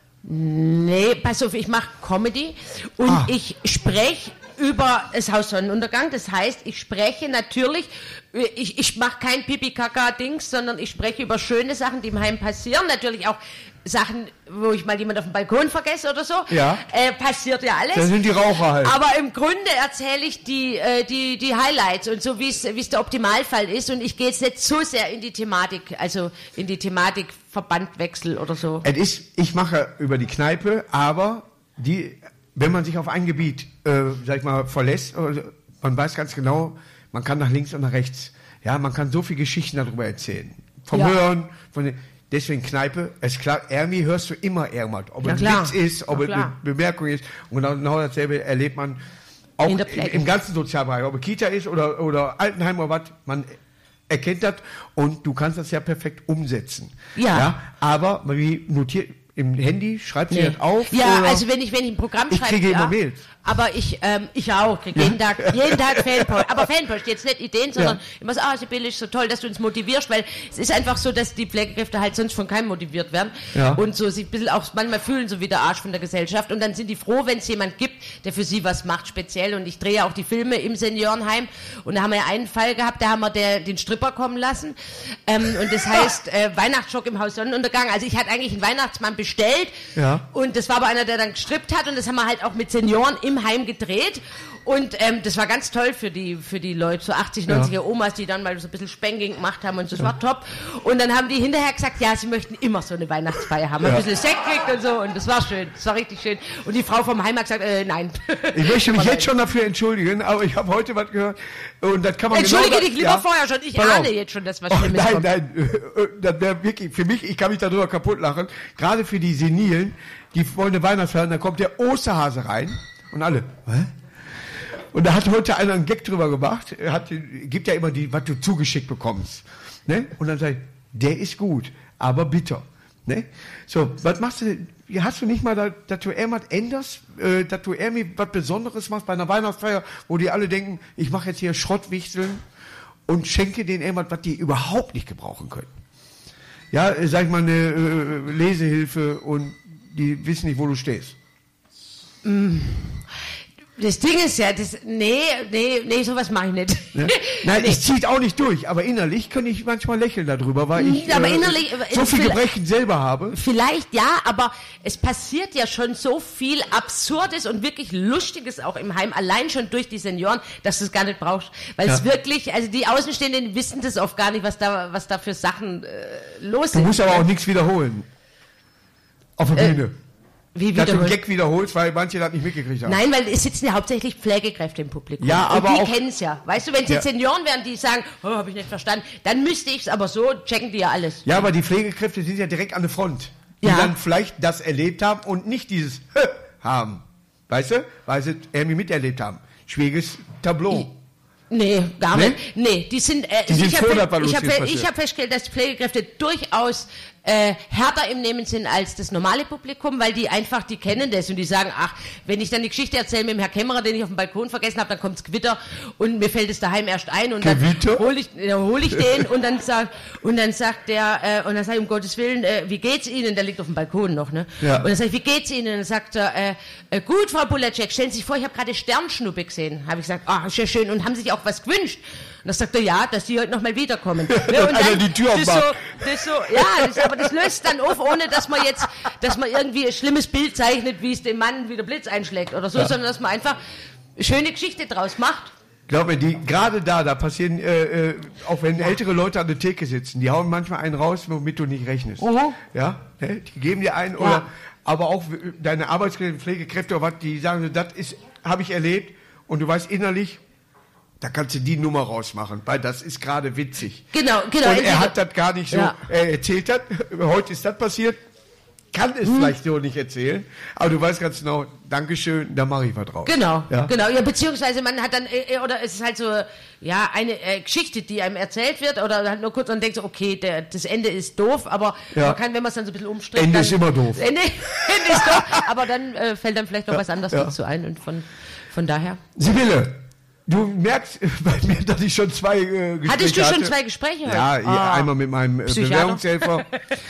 Nee, pass auf, ich mache Comedy und Ah. ich spreche über das Haus Sonnenuntergang. Das heißt, ich spreche natürlich, ich, ich mache kein Pipi-Kaka-Dings, sondern ich spreche über schöne Sachen, die im Heim passieren. Natürlich auch Sachen, wo ich mal jemand auf dem Balkon vergesse oder so. Ja. Äh, passiert ja alles. Da sind die Raucher halt. Aber im Grunde erzähle ich die, äh, die, die Highlights und so, wie es wie es der Optimalfall ist. Und ich gehe jetzt nicht so sehr in die Thematik, also in die Thematik Verbandwechsel oder so. Es ist, ich mache über die Kneipe, aber die, wenn man sich auf ein Gebiet, äh, sag ich mal, verlässt, äh, man weiß ganz genau, man kann nach links und nach rechts. Ja, man kann so viele Geschichten darüber erzählen. Vom Ja. Hören, von den, deswegen Kneipe, ist klar, Ermi hörst du immer irgendwas. Ob Ja, es klar. Witz ist, ob Ja, es eine klar. Bemerkung ist. Und genau, genau dasselbe erlebt man auch In der im, Pflege. im ganzen Sozialbereich. Ob es Kita ist oder, oder Altenheim oder was, man erkennt das und du kannst das ja perfekt umsetzen. Ja. Aber wie notiert im Handy, schreibt sie Nee. das auf? Ja, oder? also wenn ich, wenn ich ein Programm Ich schreibe, kriege ja, immer Mails. aber ich, ähm, ich auch, kriege jeden Tag, jeden Tag Fanpost. Aber Fanpost, jetzt nicht Ideen, sondern Ja. immer so, ah, Sibylle, ist so toll, dass du uns motivierst, weil es ist einfach so, dass die Pflegekräfte halt sonst von keinem motiviert werden Ja. und so sich ein bisschen auch manchmal fühlen so wie der Arsch von der Gesellschaft und dann sind die froh, wenn es jemand gibt, der für sie was macht, speziell. Und ich drehe auch die Filme im Seniorenheim und da haben wir ja einen Fall gehabt, da haben wir der, den Stripper kommen lassen ähm, und das heißt äh, Weihnachtsschock im Haus Sonnenuntergang. Also ich hatte eigentlich einen Weihnachtsmann bestellt. Ja. Und das war aber einer, der dann gestrippt hat und das haben wir halt auch mit Senioren im Heim gedreht. Und ähm, das war ganz toll für die, für die Leute, so achtzig, neunziger Omas, die dann mal so ein bisschen Spanking gemacht haben und so, das war top. Und dann haben die hinterher gesagt, ja, sie möchten immer so eine Weihnachtsfeier haben, ein bisschen Sekt kriegt und so und das war schön, das war richtig schön. Und die Frau vom Heim hat gesagt, äh, nein. Ich möchte mich Aber jetzt schon dafür entschuldigen, aber ich habe heute was gehört und das kann man Entschuldige genau dich lieber ja. vorher schon, ich Pass auf. ahne jetzt schon, dass was Oh, Schlimmes nein, kommt. nein, äh, äh, das wäre wirklich, für mich, ich kann mich darüber kaputt lachen, gerade für die Senilen, die wollen eine Weihnachtsfeier, da kommt der Osterhase rein und alle, hä? Und da hat heute einer einen Gag drüber gemacht, er hat, gibt ja immer die, was du zugeschickt bekommst, ne? Und dann sagt, der ist gut, aber bitter, ne? So, was machst du, hast du nicht mal, da, dass du irgendwas änderst, äh, dass du irgendwie was Besonderes machst bei einer Weihnachtsfeier, wo die alle denken, ich mache jetzt hier Schrottwichteln und schenke denen irgendwas, was die überhaupt nicht gebrauchen können. Ja, äh, sag ich mal, eine äh, Lesehilfe und die wissen nicht, wo du stehst. Das Ding ist ja, das, nee, nee, nee, sowas mache ich nicht. Ne? Nein, Nee. ich ziehe auch nicht durch, aber innerlich kann ich manchmal lächeln darüber, weil ich Ja, aber innerlich- so viel vielleicht- Gebrechen selber habe. Vielleicht ja, aber es passiert ja schon so viel Absurdes und wirklich Lustiges auch im Heim, allein schon durch die Senioren, dass du es gar nicht brauchst. Weil Ja. es wirklich, also die Außenstehenden wissen das oft gar nicht, was da, was da für Sachen äh, los Du sind. musst aber auch nichts wiederholen. Auf der Äh, Bühne. Wie Dass du einen wiederholt? Gag wiederholst, weil manche das nicht mitgekriegt haben. Nein, weil es sitzen ja hauptsächlich Pflegekräfte im Publikum. Ja, und aber die auch- kennen es ja. Weißt du, wenn es Ja. jetzt Senioren wären, die sagen, oh, habe ich nicht verstanden, dann müsste ich es, aber so checken die ja alles. Ja, aber die Pflegekräfte sind ja direkt an der Front. die Ja. dann vielleicht das erlebt haben und nicht dieses haben. Weißt du? Weil sie irgendwie miterlebt haben. Schwieriges Tableau. Nee, gar Nee? nicht. Nee, die sind, äh, Die sind ich froh, habe dass was ich hab, Lustiges ich passiert. hab festgestellt, dass Pflegekräfte durchaus äh, härter im Nehmen sind als das normale Publikum, weil die einfach, die kennen das und die sagen, ach, wenn ich dann die Geschichte erzähle mit dem Herrn Kämmerer, den ich auf dem Balkon vergessen habe, dann kommt's Gewitter und mir fällt es daheim erst ein und Gewitter? dann hole ich, dann hol ich den und dann sagt und dann sagt der äh, und dann sage ich, um Gottes Willen, äh, wie geht's Ihnen? Der liegt auf dem Balkon noch, ne? Ja. Und dann sage ich, wie geht's Ihnen? Und dann sagt er, äh, äh, gut, Frau Bulacek, stellen Sie sich vor, ich habe gerade Sternschnuppe gesehen. Habe ich gesagt, ah, ist ja schön. Und haben Sie sich auch was gewünscht? Und dann sagt er, ja, dass Sie heute noch mal wiederkommen. Ne, Und einer die Tür das so, aufmacht. das so, ja, das, aber das löst dann auf, ohne dass man jetzt, dass man irgendwie ein schlimmes Bild zeichnet, wie es dem Mann wie der Blitz einschlägt oder so, Ja. sondern dass man einfach eine schöne Geschichte draus macht. Glaub mir, die, gerade da, da passieren, äh, äh, auch wenn ältere Leute an der Theke sitzen, die hauen manchmal einen raus, womit du nicht rechnest. Mhm. Ja, ne? Die geben dir einen, oder, aber auch deine Arbeitskräfte, Pflegekräfte oder was, die sagen so, das ist, habe ich erlebt, und du weißt innerlich, da kannst du die Nummer rausmachen, weil das ist gerade witzig. Genau, genau. Und er hat das gar nicht so, Ja. er erzählt das, heute ist das passiert, kann es vielleicht so nicht erzählen, aber du weißt ganz genau, Dankeschön, da mache ich was draus. Genau, Ja? genau. Ja, beziehungsweise man hat dann, äh, oder es ist halt so, ja, eine äh, Geschichte, die einem erzählt wird, oder halt nur kurz und denkt so, okay, der, das Ende ist doof, aber Ja. man kann, wenn man es dann so ein bisschen umstrickt. Ende dann, ist immer doof. Ende, Ende ist doof, aber dann äh, fällt dann vielleicht noch was anderes ja. dazu ein und von, von daher. Sibylle, du merkst bei mir, dass ich schon zwei äh, Gespräche Hattest du schon hatte. zwei Gespräche heute? Ja, hier Ah. einmal mit meinem äh, Psychiater. Bewährungshelfer.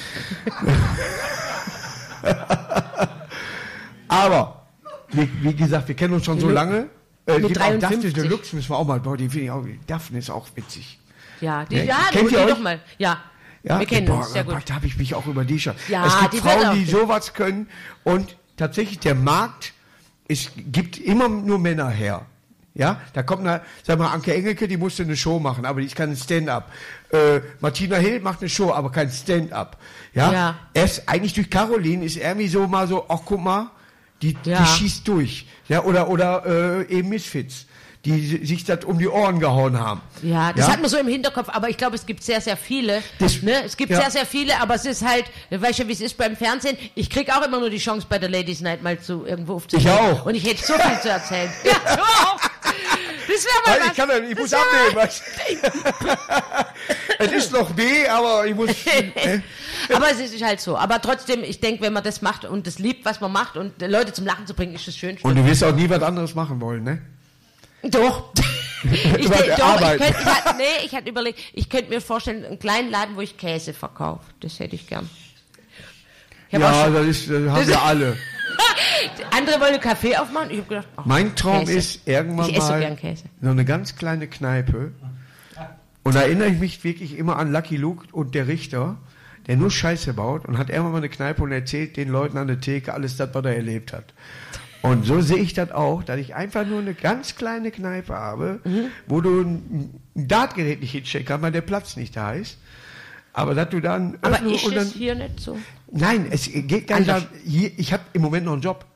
Aber, wie, wie gesagt, wir kennen uns schon so Mit- lange. Äh, mit gibt auch Daphne dreiundfünfzig. Deluxe müssen wir auch mal, boah, die finde ich auch, Daphne ist auch witzig. Ja, die, Ja, ja, kennt die, ihr die euch? doch mal. Ja, Ja, wir kennen boah, uns, sehr gut. Da habe ich mich auch über die schon. Ja, es gibt die wird Frauen, auch die gut. sowas können, und tatsächlich der Markt, es gibt immer nur Männer her. Ja, da kommt eine, sag mal, Anke Engelke, die musste eine Show machen, aber die ist kein Stand-up. Äh, Martina Hill macht eine Show, aber kein Stand-up. Ja, Ja. erst eigentlich durch Caroline ist irgendwie so mal so, ach guck mal, die, Ja. die schießt durch. Ja, oder, oder äh, eben Misfits, die sich das um die Ohren gehauen haben. Ja, das Ja? hat man so im Hinterkopf, aber ich glaube, es gibt sehr, sehr viele. Das- ne? Es gibt ja. sehr, sehr viele, aber es ist halt, du weißt ja, wie es ist beim Fernsehen. Ich krieg auch immer nur die Chance, bei der Ladies Night mal zu irgendwo aufzunehmen. Ich auch. Und ich hätte so viel zu erzählen. Ja, du auch. Das wäre mal Weil was. ich kann, ja- ich muss Das wär- abnehmen. weißt du? Es ist noch B, aber ich muss. Äh, Aber es ist halt so. Aber trotzdem, ich denke, wenn man das macht und das liebt, was man macht und Leute zum Lachen zu bringen, ist das schön. und du wirst auch nie was anderes machen wollen, ne? Doch. Ich, Über denk, der doch, ich, Arbeit. könnt, ich, hatte, nee, ich hatte überlegt, ich könnte mir vorstellen, einen kleinen Laden, wo ich Käse verkaufe. Das hätte ich gern. Ich hab auch Ja, schon, das, ist, das haben Das- wir alle. andere wollen einen Kaffee aufmachen. Ich habe gedacht, ach, Mein Traum Käse. ist irgendwann Ich esse so mal gern Käse. so eine ganz kleine Kneipe. Und da erinnere ich mich wirklich immer an Lucky Luke und der Richter, der nur Scheiße baut und hat irgendwann mal eine Kneipe und erzählt den Leuten an der Theke alles das, was er erlebt hat. Und so sehe ich das auch, dass ich einfach nur eine ganz kleine Kneipe habe, Mhm. wo du ein, ein Dartgerät nicht hinstellen kannst, weil der Platz nicht da ist. Aber dass du dann Aber öffnest ist und dann es hier nicht so? Nein, es geht gar nicht. Anders. darum, Hier, ich habe im Moment noch einen Job.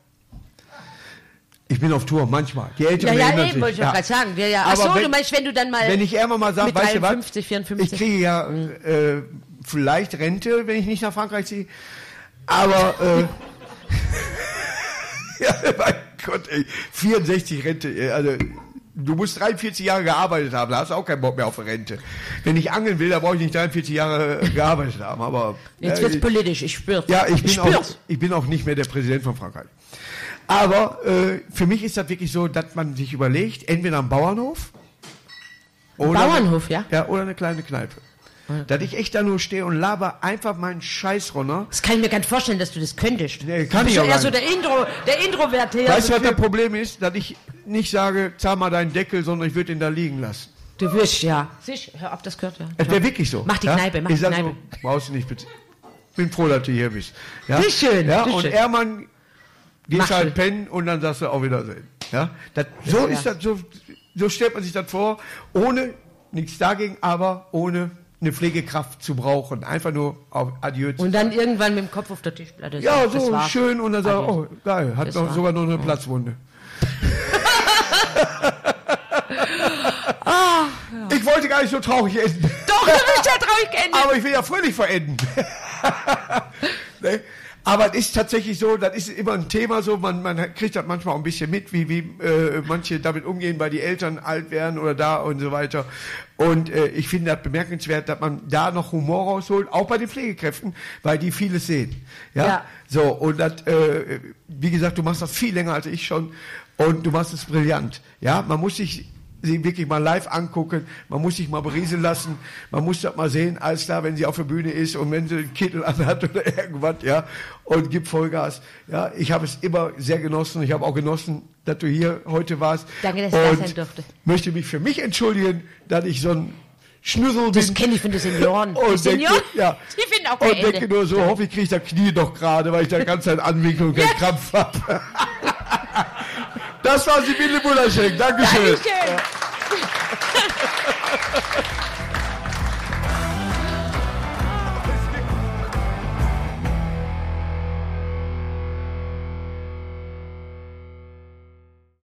Ich bin auf Tour, manchmal. Die Ja, Älteren ja, erinnern nee, sich. wollte ich Ja. doch gerade sagen. Wir, ja, Aber ach so, wenn- du meinst, wenn du dann mal Wenn ich irgendwann mal sage, mit weißt du was, dreiundfünfzig, vierundfünfzig. ich kriege ja äh, vielleicht Rente, wenn ich nicht nach Frankreich ziehe. Aber, äh, ja, mein Gott, ey, vierundsechzig Rente, ey, also, du musst dreiundvierzig Jahre gearbeitet haben, da hast du auch keinen Bock mehr auf Rente. Wenn ich angeln will, da brauche ich nicht dreiundvierzig Jahre gearbeitet haben, aber... Jetzt äh, wird's politisch, ich spür's. Ja, ich bin, ich auch, spür's. ich bin auch nicht mehr der Präsident von Frankreich. Aber äh, für mich ist das wirklich so, dass man sich überlegt, entweder am Bauernhof oder, Bauernhof, ja? ja, oder eine kleine Kneipe. Dass ich echt da nur stehe und laber einfach meinen Scheiß runter. Das kann ich mir gar nicht vorstellen, dass du das könntest. Nee, kann du bist ich ja auch eher gar so nicht. der, Intro, der Introvert hier. Weißt du, was das Problem ist? Dass ich nicht sage, zahl mal deinen Deckel, sondern ich würde ihn da liegen lassen. Du wirst, ja. Sicher, hör auf, das gehört ja. Es wäre wirklich so. Mach die ja? Kneipe, mach ich die sag Kneipe. So, brauchst du nicht, bitte. Bin froh, dass du hier bist. Ja? Wie schön, Ja, wie und schön. Ermann gehst Mach halt schön. pennen und dann sagst du auf Wiedersehen. Ja? Das, so, ja. ist das, so, so stellt man sich das vor, ohne, nichts dagegen, aber ohne eine Pflegekraft zu brauchen. Einfach nur auf Adieu zu Und dann irgendwann mit dem Kopf auf der Tischplatte. Ja, sagen, das so war's. schön und dann sagt er, Adieu. oh, geil, hat Das noch, war- sogar noch eine Platzwunde. Ich wollte gar nicht so traurig enden. Doch, du bist ja traurig geendet. Aber ich will ja fröhlich verenden. Ne? Aber es ist tatsächlich so, das ist immer ein Thema so, man, man kriegt das manchmal auch ein bisschen mit, wie, wie äh, manche damit umgehen, weil die Eltern alt werden oder da und so weiter. Und äh, ich finde das bemerkenswert, dass man da noch Humor rausholt, auch bei den Pflegekräften, weil die vieles sehen. Ja. Ja. So, und das, äh, wie gesagt, du machst das viel länger als ich schon und du machst es brillant. Ja, man muss sich sie wirklich mal live angucken, man muss sich mal berieseln lassen, man muss das mal sehen, alles klar, wenn sie auf der Bühne ist und wenn sie einen Kittel anhat oder irgendwas, ja, und gibt Vollgas. Ja, ich habe es immer sehr genossen, ich habe auch genossen, dass du hier heute warst. Danke, dass ich da sein durfte. Möchte mich für mich entschuldigen, dass ich so ein Schnüssel bin. Das kenne ich von den Senioren. Und Die Senioren, denke, ja, die finden auch kein und denke Ende. nur so, hoffe ich kriege das Knie doch gerade, weil ich da die ganze Zeit anwinkel und keinen Krampf habe. Das war Sibylle Bullerschenk. Dankeschön. Dankeschön.